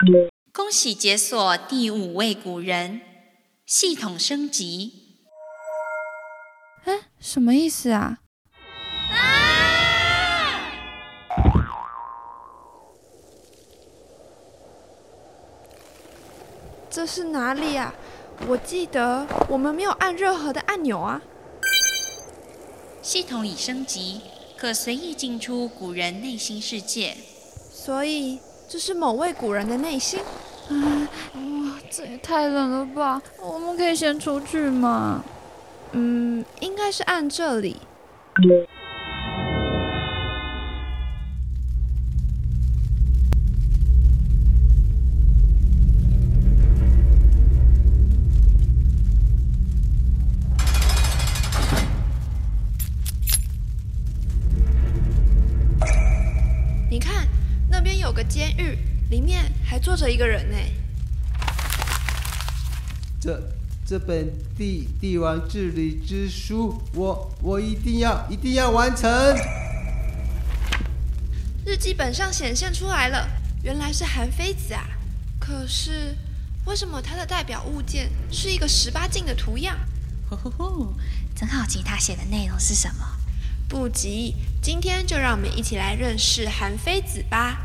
恭喜解锁第5位古人，系统升级。 什么意思啊？这是哪里啊？我记得我们没有按任何的按钮啊。 系统已升级，可随意进出古人内心世界。 所以这是某位古人的内心？这也太冷了吧！我们可以先出去吗？应该是按这里。你看，那边有个监狱，里面还坐着一个人呢。 这本帝王治理之书，我一定要完成。 日记本上显现出来了，原来是韩非子啊。可是为什么他的代表物件是一个18禁的图样？ 真好奇他写的内容是什么。 不急，今天就让我们一起来认识韩非子吧。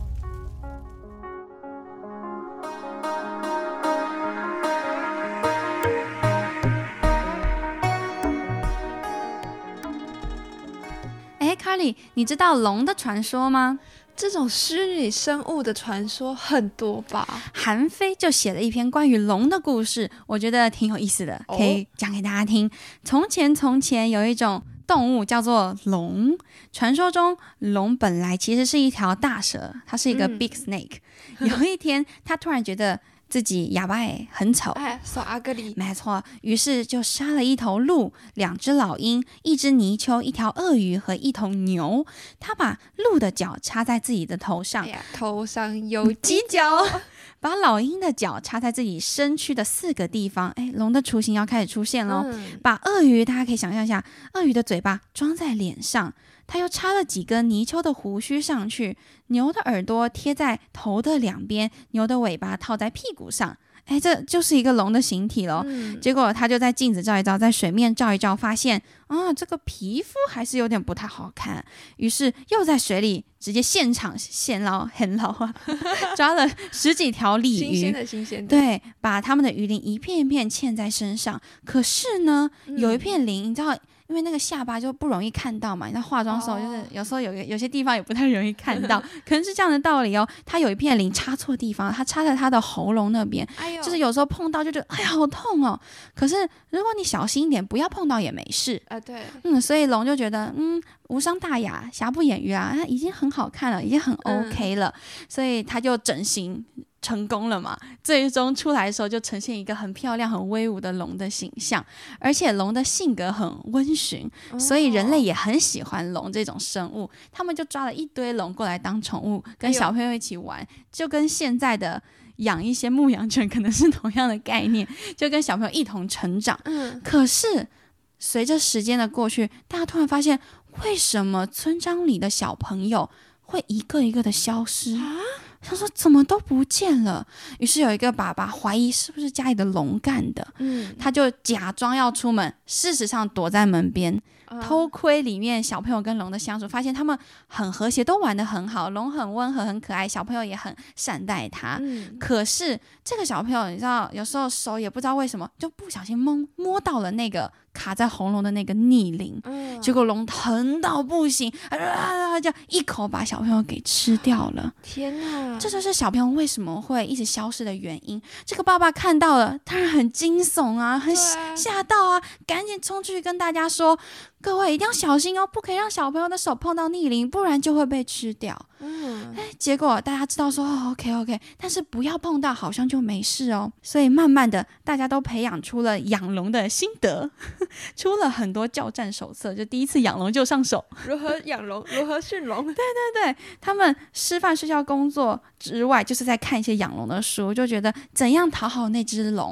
卡里，你知道龙的传说吗？ 这种虚拟生物的传说很多吧？ 韩非就写了一篇关于龙的故事，我觉得挺有意思的，可以讲给大家听。从前有一种动物叫做龙，传说中龙本来其实是一条大蛇，它是一个 big snake。有一天，它突然觉得自己哑巴很丑， 耍个礼， 没错，于是就杀了一头鹿、2只老鹰、1只泥鳅、1条鳄鱼和1头牛。他把鹿的脚插在自己的头上， 头上有犄角。 把老鹰的脚插在自己身躯的4个地方，龙的雏形要开始出现咯。把鳄鱼，大家可以想象一下，鳄鱼的嘴巴装在脸上，他又插了几根泥鳅的胡须上去，牛的耳朵贴在头的2边，牛的尾巴套在屁股上。这就是一个龙的形体咯。结果他就在镜子照一照，在水面照一照，发现这个皮肤还是有点不太好看，于是又在水里直接现场现捞很捞啊，抓了10几条鲤鱼， 新鲜的， 对，把他们的鱼鳞一片一片嵌在身上。可是呢，有一片鳞，你知道，因为那个下巴就不容易看到嘛，你在化妆的时候就是有时候有些地方也不太容易看到，可能是这样的道理哦。它有一片鳞插错地方，它插在它的喉咙那边，就是有时候碰到就觉得哎呀好痛哦。可是如果你小心一点，不要碰到也没事对， 所以龙就觉得无伤大雅，瑕不掩瑜啊，已经很好看了，已经很 OK 了，所以他就整形成功了嘛，最终出来的时候就呈现一个很漂亮很威武的龙的形象，而且龙的性格很温驯，所以人类也很喜欢龙这种生物，他们就抓了一堆龙过来当宠物，跟小朋友一起玩，就跟现在的养一些牧羊犬可能是同样的概念，就跟小朋友一同成长。可是随着时间的过去，大家突然发现，为什么村庄里的小朋友会一个一个的消失？他说怎么都不见了。于是有一个爸爸怀疑是不是家里的龙干的，他就假装要出门，事实上躲在门边偷窥里面小朋友跟龙的相处，发现他们很和谐，都玩得很好，龙很温和很可爱，小朋友也很善待他。可是这个小朋友你知道，有时候手也不知道为什么就不小心摸到了那个卡在喉咙的那个逆鳞，结果龙疼到不行，就一口把小朋友给吃掉了。 天哪， 这就是小朋友为什么会一直消失的原因。这个爸爸看到了，当然很惊悚啊，很吓到啊，赶紧冲出去跟大家说，各位一定要小心哦，不可以让小朋友的手碰到逆鳞，不然就会被吃掉。结果大家知道说OK， 但是不要碰到，好像就没事哦。所以慢慢的，大家都培养出了养龙的心得，出了很多教战手册，就第一次养龙就上手， 如何养龙，如何驯龙。 对，他们师范睡觉工作之外，就是在看一些养龙的书，就觉得怎样讨好那只龙，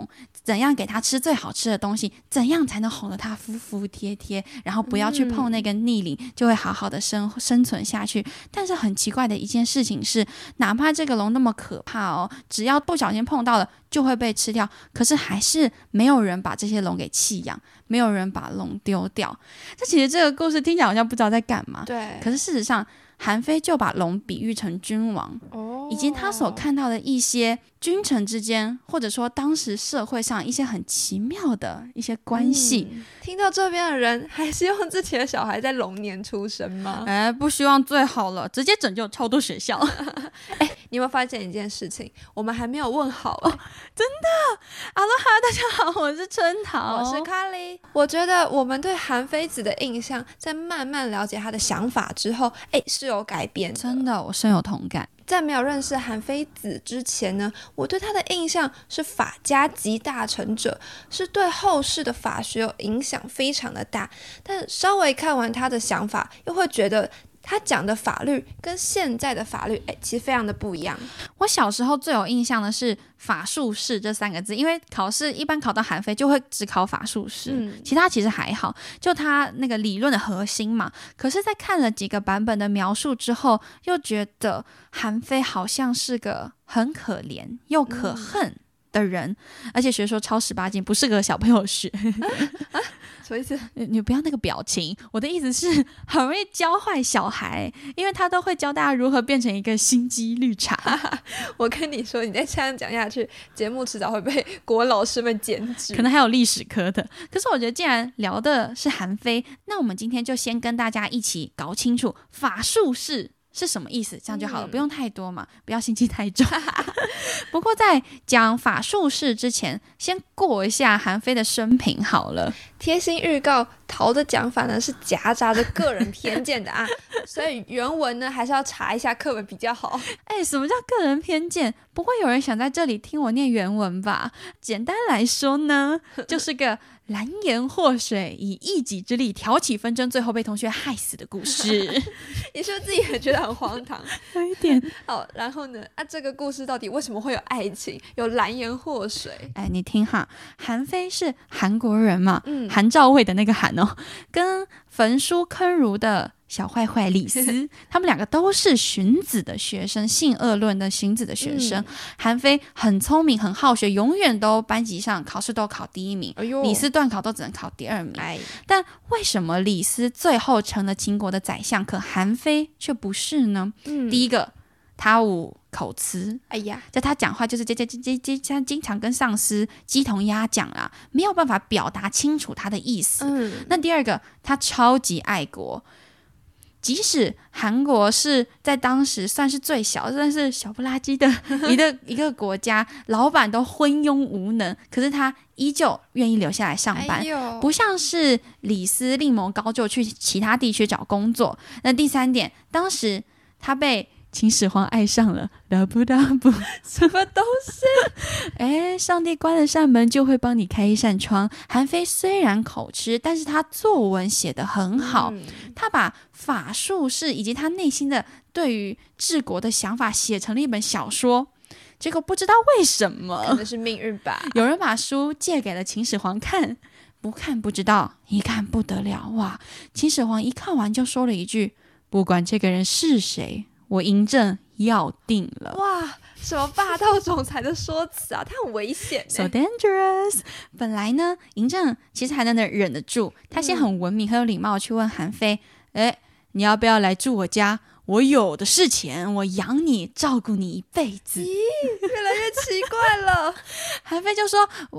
怎样给他吃最好吃的东西，怎样才能哄得他服服帖帖，然后不要去碰那个逆鳞，就会好好的生存下去。但是很奇怪的一件事情是，哪怕这个龙那么可怕哦，只要不小心碰到了就会被吃掉，可是还是没有人把这些龙给弃养，没有人把龙丢掉。其实这个故事听起来好像不知道在干嘛， 对， 可是事实上韩非就把龙比喻成君王，以及他所看到的一些君臣之间，或者说当时社会上一些很奇妙的一些关系。 听到这边的人还希望自己的小孩在龙年出生吗？ 不希望最好了，直接拯救超多学校。 你有没有发现一件事情？我们还没有问好真的。哈喽哈，大家好，我是春桃， 我是卡莉。我觉得我们对韩非子的印象，在慢慢了解他的想法之后，是有改变的。 真的，我深有同感。 在没有认识韩非子之前呢，我对他的印象是法家集大成者，是对后世的法学有影响非常的大。但稍微看完他的想法，又会觉得他讲的法律跟现在的法律，其实非常的不一样。 我小时候最有印象的是法术士这3个字，因为考试一般考到韩非就会只考法术士，其他其实还好，就他那个理论的核心嘛。可是在看了几个版本的描述之后，又觉得韩非好像是个很可怜又可恨的人，而且学说超18禁，不适合小朋友学。 什么意思？ 你不要那个表情，我的意思是很容易教坏小孩，因为他都会教大家如何变成一个心机绿茶。 我跟你说，你再这样讲下去，节目迟早会被国文老师们检举， 可能还有历史科的。可是我觉得既然聊的是韩非，那我们今天就先跟大家一起搞清楚法术士是什么意思，这样就好了，不用太多嘛，不要心机太重。不过在讲法术士之前，先过一下韩非的生平好了。 贴心预告，桃的讲法呢是夹杂着个人偏见的啊，所以原文呢还是要查一下课本比较好。 什么叫个人偏见？不会有人想在这里听我念原文吧？简单来说呢，就是个蓝颜祸水，以一己之力挑起纷争，最后被同学害死的故事。 你是不是自己也觉得很荒唐？ 有一点。 好，然后呢？这个故事到底为什么会有爱情，有蓝颜祸水？ 你听哈，韩非是韩国人嘛，韩赵魏的那个韩哦，跟焚书坑儒的小坏坏李斯，他们2个都是荀子的学生，性恶论的荀子的学生。韩非很聪明，很好学，永远都班级上考试都考第1名，李斯段考都只能考第2名。但为什么李斯最后成了秦国的宰相，可韩非却不是呢？第一个，他无口吃，在他讲话就是经常跟上司鸡同鸭讲啦，没有办法表达清楚他的意思。那第二个，他超级爱国。即使韩国是在当时算是最小，但是小不拉几的一个国家，老板都昏庸无能，可是他依旧愿意留下来上班，不像是李斯另谋高就去其他地区找工作。那第3点，当时他被秦始皇爱上了，什么东西？上帝关了扇门就会帮你开一扇窗。韩非虽然口吃，但是他作文写得很好，他把法术士以及他内心的对于治国的想法写成了一本小说。结果不知道为什么， 可能是命运吧， 有人把书借给了秦始皇看，不看不知道，一看不得了，哇！秦始皇一看完就说了一句：不管这个人是谁，我嬴政要定了。 哇，什么霸道总裁的说辞啊，他很危险 ，so dangerous。本来呢，嬴政其实还能忍得住，他先很文明很有礼貌去问韩非，你要不要来住我家？我有的是钱，我养你，照顾你一辈子。 咦，越来越奇怪了。 韩非就说：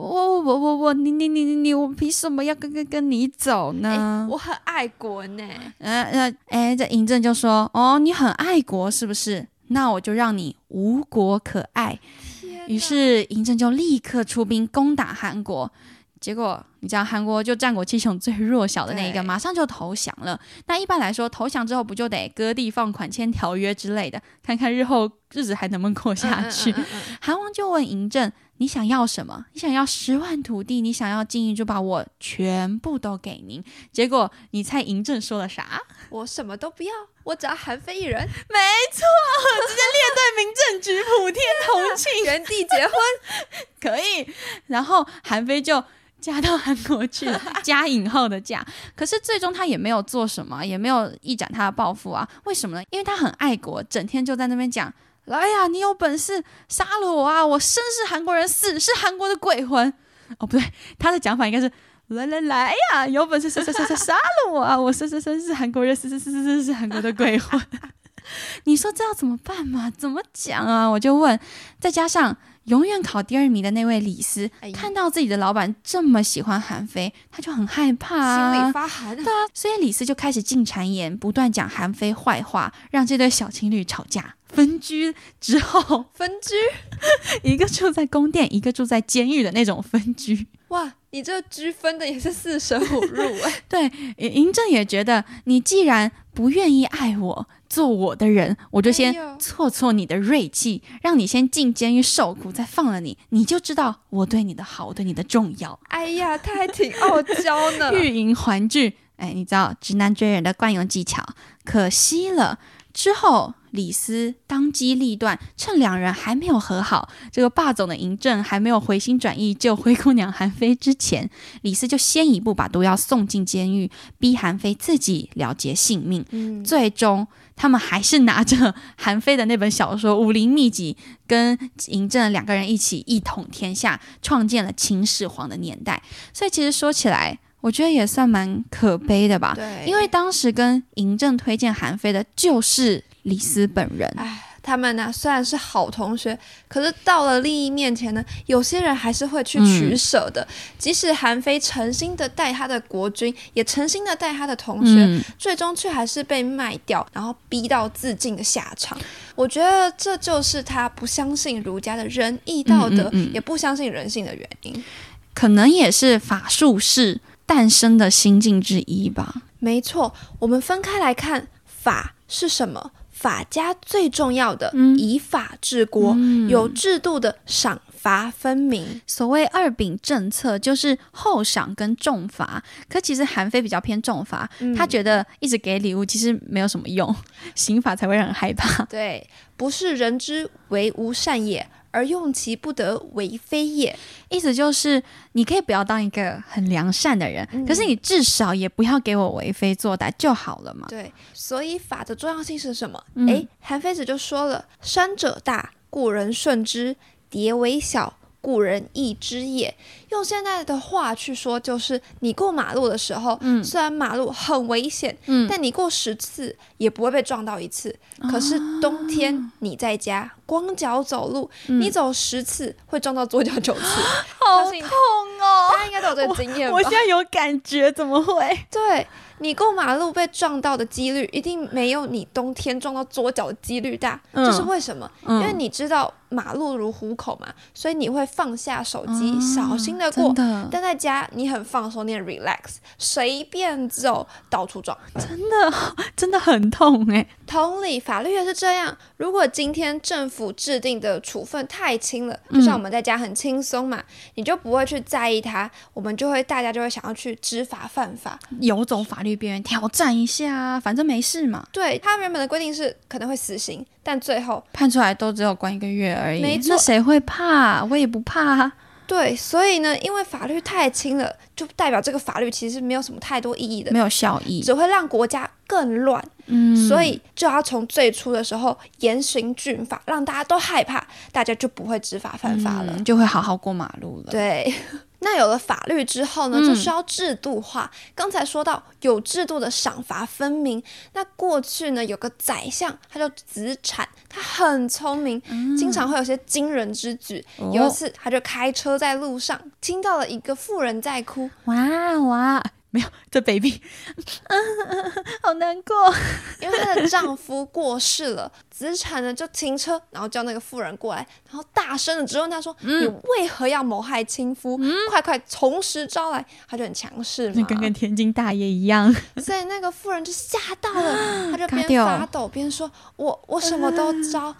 你，我凭什么要跟你走呢？ 我很爱国呢。 这嬴政就说：你很爱国是不是？那我就让你无国可爱。于是嬴政就立刻出兵攻打韩国。结果你知道韩国就战国七雄最弱小的那一个，马上就投降了。那一般来说，投降之后不就得割地放款、签条约之类的，看看日后日子还能不能过下去。韩王就问嬴政： 你想要什么？你想要10万土地，你想要金银珠宝，我全部都给您。结果你猜嬴政说了啥？ 我什么都不要，我只要韩非一人。 没错，直接列队民政局普天同庆， 原地结婚。 可以。然后韩非就嫁到韩国去了，加引号的嫁。可是最终他也没有做什么，也没有一展他的抱负啊。为什么呢？因为他很爱国，整天就在那边讲，来呀，你有本事杀了我啊！我生是韩国人，死是韩国的鬼魂。哦，不对，他的讲法应该是来呀，有本事杀了我啊！我生是韩国人，死是韩国的鬼魂。你说这要怎么办嘛？怎么讲啊？我就问，再加上永远考第2名的那位李斯，看到自己的老板这么喜欢韩非，他就很害怕啊， 心里发寒。 对啊，所以李斯就开始进谗言，不断讲韩非坏话，让这对小情侣吵架。分居之后， 分居， 一个住在宫殿，一个住在监狱的那种分居。 哇，你这居分的也是四舍五入哎。 对，嬴政也觉得你既然不愿意爱我，做我的人，我就先挫你的锐气，让你先进监狱受苦，再放了你，你就知道我对你的好，对你的重要。 哎呀，他还挺傲娇呢。 欲迎还拒，你知道直男追人的惯用技巧，可惜了。之后李斯当机立断，趁2人还没有和好，这个霸总的嬴政还没有回心转意救灰姑娘韩非之前，李斯就先一步把毒药送进监狱，逼韩非自己了结性命。最终他们还是拿着韩非的那本小说《武林秘籍》，跟嬴政2个人一统天下，创建了秦始皇的年代。所以其实说起来，我觉得也算蛮可悲的吧。 对， 因为当时跟嬴政推荐韩非的就是李斯本人。 他们呢虽然是好同学，可是到了利益面前呢，有些人还是会去取舍的。即使韩非诚心的带他的国君，也诚心的带他的同学，最终却还是被卖掉，然后逼到自尽的下场。我觉得这就是他不相信儒家的仁义道德，也不相信人性的原因。 可能也是法术士诞生的心境之一吧。 没错，我们分开来看，法是什么？法家最重要的，以法治国，有制度的赏罚分明。 所谓2秉政策，就是厚赏跟重罚。可其实韩非比较偏重罚，他觉得一直给礼物其实没有什么用，刑罚才会让人害怕。 对，不是人之为无善也，而用其不得为非也。 意思就是你可以不要当一个很良善的人，可是你至少也不要给我为非作歹就好了嘛。 对，所以法的重要性是什么？韩非子就说了，山者大，故人顺之；蝶为小，故人异之也。用现在的话去说，就是你过马路的时候，虽然马路很危险，但你过10次也不会被撞到1次。可是冬天你在家光脚走路，你走10次会撞到左脚9次， 好痛哦！ 大家应该都有这个经验吧？ 我现在有感觉，怎么会？ 对，你过马路被撞到的几率一定没有你冬天撞到左脚的几率大。这是为什么？因为你知道马路如虎口嘛，所以你会放下手机，小心的过。但在家你很放松，你很 relax， 随便走，到处撞， 真的很痛欸。 同理，法律也是这样。如果今天政府制定的处分太轻了，就像我们在家很轻松嘛，你就不会去在意它，大家就会想要去知法犯法， 游走法律边缘，挑战一下，反正没事嘛。 对，他原本的规定是可能会死刑，但最后判出来都只有关1个月而已。 没错， 那谁会怕？我也不怕啊。 对，所以呢，因为法律太轻了，就代表这个法律其实没有什么太多意义的， 没有效益， 只会让国家更乱。所以就要从最初的时候严刑峻法，让大家都害怕，大家就不会知法犯法了， 就会好好过马路了。 对。那有了法律之后呢，就需要制度化。刚才说到有制度的赏罚分明。那过去呢，有个宰相，他叫子产，他很聪明，经常会有些惊人之举。有一次，他就开车在路上，听到了一个妇人在哭， 哇。没有，这 baby 好难过， 因为她的丈夫过世了。子产呢就停车，然后叫那个妇人过来，然后大声的质问她说，你为何要谋害亲夫？快从实招来。她就很强势嘛， 跟天津大爷一样。 所以那个妇人就吓到了，她就边发抖边说，我什么都招。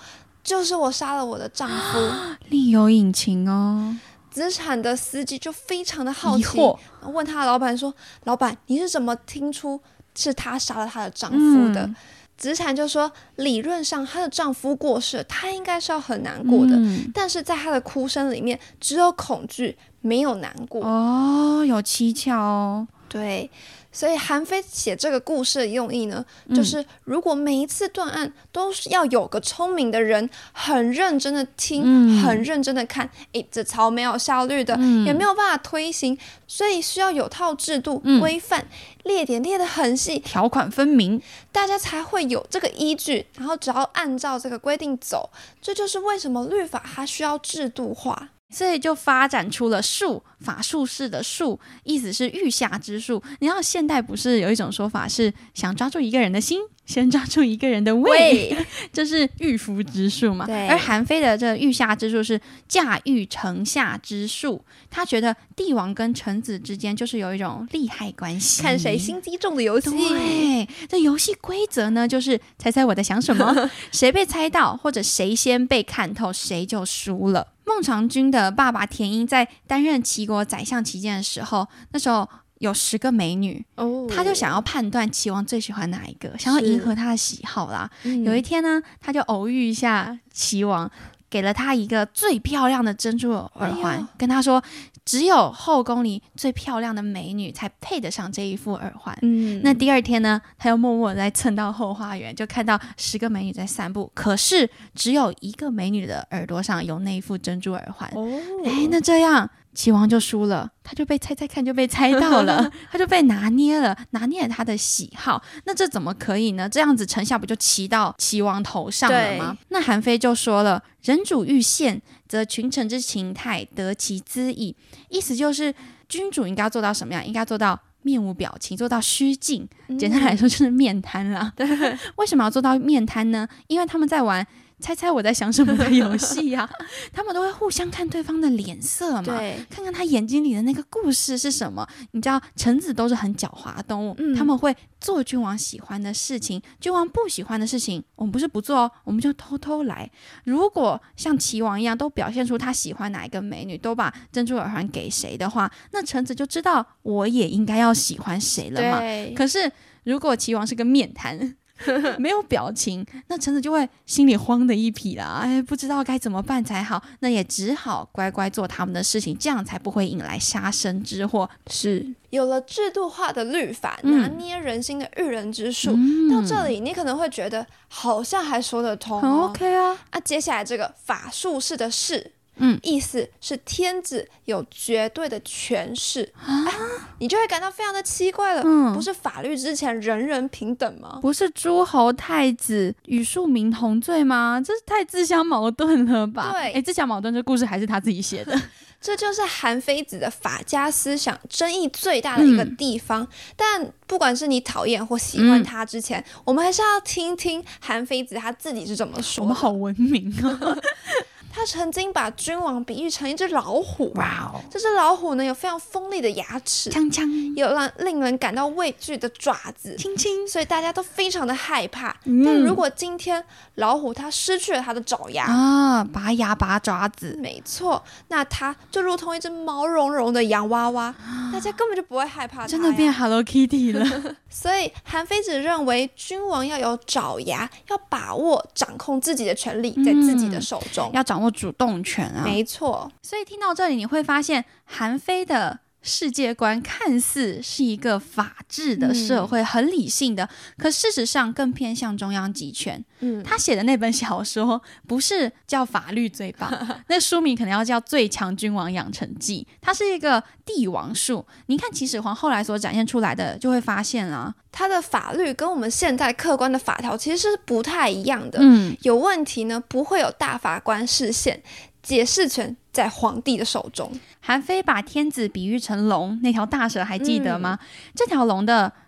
就是我杀了我的丈夫。 另有隐情哦。 资产的司机就非常的好奇， 疑惑问他的老板说：“老板，你是怎么听出是他杀了她的丈夫的？”资产就说：“理论上，她的丈夫过世了，她应该是要很难过的，但是在她的哭声里面只有恐惧，没有难过。” 哦，有蹊跷哦。 对，所以韩非写这个故事的用意呢，就是如果每一次断案都是要有个聪明的人很认真的听，很认真的看，这超没有效率的，也没有办法推行，所以需要有套制度规范，列点列得很细， 条款分明， 大家才会有这个依据，然后只要按照这个规定走。这就是为什么律法它需要制度化。 所以就发展出了术，法术式的术，意思是欲下之术。你知道现代不是有一种说法是想抓住一个人的心，先抓住一个人的胃，这是御夫之术嘛？而韩非的这个欲下之术是驾驭城下之术。他觉得帝王跟臣子之间就是有一种利害关系， 看谁心机重的游戏。 对，这游戏规则呢，就是猜猜我在想什么，谁被猜到或者谁先被看透，谁就输了。孟尝君的爸爸田婴在担任齐国宰相期间的时候，那时候有10个美女，他就想要判断齐王最喜欢哪一个，想要迎合他的喜好啦。有一天呢，他就偶遇一下齐王，给了他一个最漂亮的珍珠耳环，跟他说只有后宫里最漂亮的美女才配得上这一副耳环。那第二天呢，他又默默地在蹭到后花园，就看到10个美女在散步，可是只有1个美女的耳朵上有那一副珍珠耳环。那这样齐王就输了，他就被猜猜看就被猜到了，他就被拿捏了他的喜好。那这怎么可以呢？这样子丞相不就骑到齐王头上了吗？那韩非就说了，人主欲陷，则群臣之情态得其资矣。意思就是君主应该要做到什么样？应该做到面无表情，做到虚静。简单来说就是面瘫啦。为什么要做到面瘫呢？因为他们在玩猜猜我在想什么的游戏啊，他们都会互相看对方的脸色嘛，看看他眼睛里的那个故事是什么。你知道臣子都是很狡猾的动物，他们会做君王喜欢的事情，君王不喜欢的事情我们不是不做哦，我们就偷偷来。如果像齐王一样都表现出他喜欢哪一个美女，都把珍珠耳环给谁的话，那臣子就知道我也应该要喜欢谁了嘛。可是如果齐王是个面瘫没有表情，那臣子就会心里慌的一匹啦，不知道该怎么办才好，那也只好乖乖做他们的事情，这样才不会引来杀身之祸。 是有了制度化的律法，拿捏人心的驭人之术，到这里你可能会觉得好像还说得通很 OK 啊。 接下来这个法术式的事，意思是天子有绝对的权势你就会感到非常的奇怪了。不是法律之前人人平等吗？ 不是诸侯太子与庶民同罪吗？这太自相矛盾了吧？对，自相矛盾这故事还是他自己写的这就是韩非子的法家思想争议最大的一个地方。但不管是你讨厌或喜欢他之前，我们还是要听听韩非子他自己是怎么说的。 我们好文明他曾经把君王比喻成一只老虎。这只老虎呢，有非常锋利的牙齿，有令人感到畏惧的爪子，所以大家都非常的害怕。但如果今天老虎它失去了它的爪牙拔牙拔爪子， 没错，那它就如同一只毛茸茸的洋娃娃，大家根本就不会害怕它， 真的变 Hello Kitty 了所以韩非子认为君王要有爪牙，要把握掌控自己的权利在自己的手中， 要掌握主动权啊。 没错。 所以听到这里你会发现韩非的世界观看似是一个法治的社会，很理性的，可事实上更偏向中央集权。他写的那本小说不是叫法律最棒那书名可能要叫最强君王养成记，它是一个帝王术。你看秦始皇后来所展现出来的，就会发现啊， 他的法律跟我们现在客观的法条其实是不太一样的。有问题呢不会有大法官释宪，解释权在皇帝的手中。 韩非把天子比喻成龙，那条大蛇还记得吗？这条龙的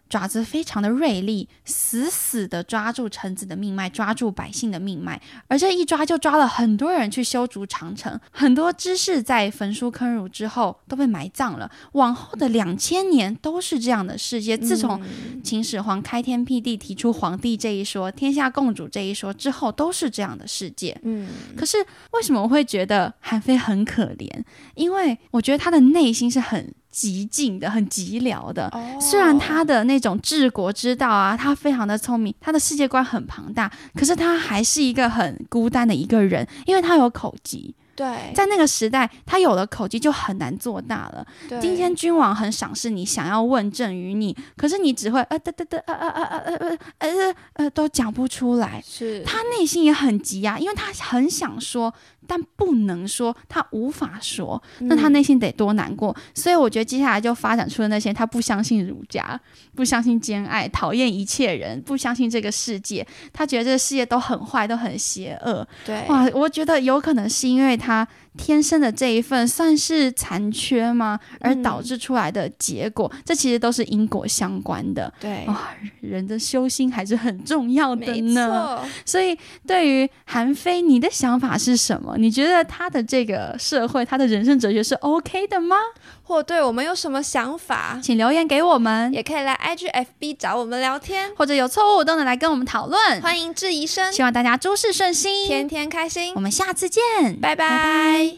爪子非常的锐利，死死的抓住臣子的命脉，抓住百姓的命脉，而这一抓就抓了很多人去修筑长城，很多知识在焚书坑儒之后都被埋葬了，往后的2000年都是这样的世界。自从秦始皇开天辟地提出皇帝这一说，天下共主这一说之后，都是这样的世界。可是为什么我会觉得韩非很可怜？因为我觉得他的内心是很极尽的，很寂寥的。虽然他的那种治国之道啊，他非常的聪明，他的世界观很庞大，可是他还是一个很孤单的一个人，因为他有口疾。 对， 在那个时代，他有了口疾就很难做大了。今天君王很赏识你，想要问政于你，可是你只会都讲不出来。 是他内心也很急啊，因为他很想说，但不能说，他无法说，那他内心得多难过。所以我觉得接下来就发展出了那些他不相信儒家，不相信兼爱，讨厌一切人，不相信这个世界，他觉得这个世界都很坏，都很邪恶。 对， 哇，我觉得有可能是因为他天生的这一份算是残缺吗？而导致出来的结果，这其实都是因果相关的。 对， 哇，人的修心还是很重要的呢。 没错。 所以对于韩非，你的想法是什么？你觉得他的这个社会，他的人生哲学是 OK 的吗？ 或对我们有什么想法， 请留言给我们， 也可以来 IG、FB 找我们聊天， 或者有错误都能来跟我们讨论。 欢迎质疑声， 希望大家诸事顺心， 天天开心。 我们下次见， 拜拜。